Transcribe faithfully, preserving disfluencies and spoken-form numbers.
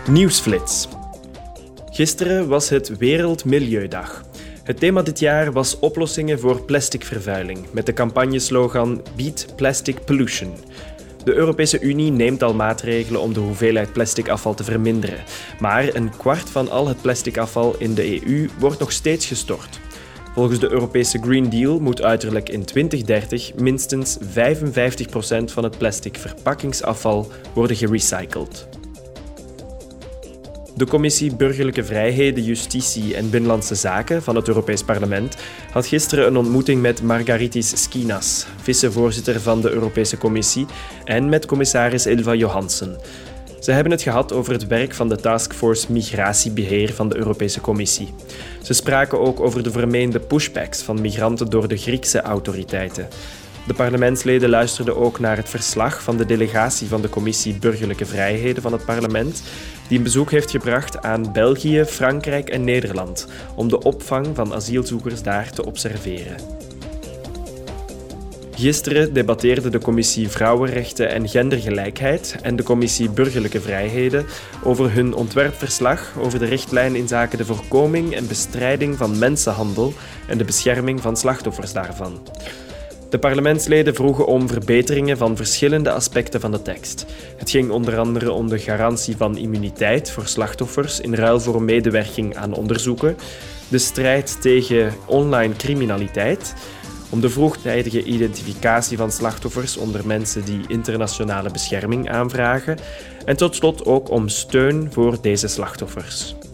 Nieuwsflits. Gisteren was het Wereldmilieudag. Het thema dit jaar was oplossingen voor plasticvervuiling, met de campagneslogan Beat Plastic Pollution. De Europese Unie neemt al maatregelen om de hoeveelheid plastic afval te verminderen. Maar een kwart van al het plastic afval in de E U wordt nog steeds gestort. Volgens de Europese Green Deal moet uiterlijk in twintig dertig minstens vijfenvijftig procent van het plastic verpakkingsafval worden gerecycled. De Commissie Burgerlijke Vrijheden, Justitie en Binnenlandse Zaken van het Europees Parlement had gisteren een ontmoeting met Margaritis Schinas, vicevoorzitter van de Europese Commissie, en met commissaris Ylva Johansson. Ze hebben het gehad over het werk van de Taskforce Migratiebeheer van de Europese Commissie. Ze spraken ook over de vermeende pushbacks van migranten door de Griekse autoriteiten. De parlementsleden luisterden ook naar het verslag van de delegatie van de Commissie Burgerlijke Vrijheden van het parlement, die een bezoek heeft gebracht aan België, Frankrijk en Nederland om de opvang van asielzoekers daar te observeren. Gisteren debatteerden de Commissie Vrouwenrechten en Gendergelijkheid en de Commissie Burgerlijke Vrijheden over hun ontwerpverslag over de richtlijn inzake de voorkoming en bestrijding van mensenhandel en de bescherming van slachtoffers daarvan. De parlementsleden vroegen om verbeteringen van verschillende aspecten van de tekst. Het ging onder andere om de garantie van immuniteit voor slachtoffers in ruil voor medewerking aan onderzoeken, de strijd tegen online criminaliteit, om de vroegtijdige identificatie van slachtoffers onder mensen die internationale bescherming aanvragen en tot slot ook om steun voor deze slachtoffers.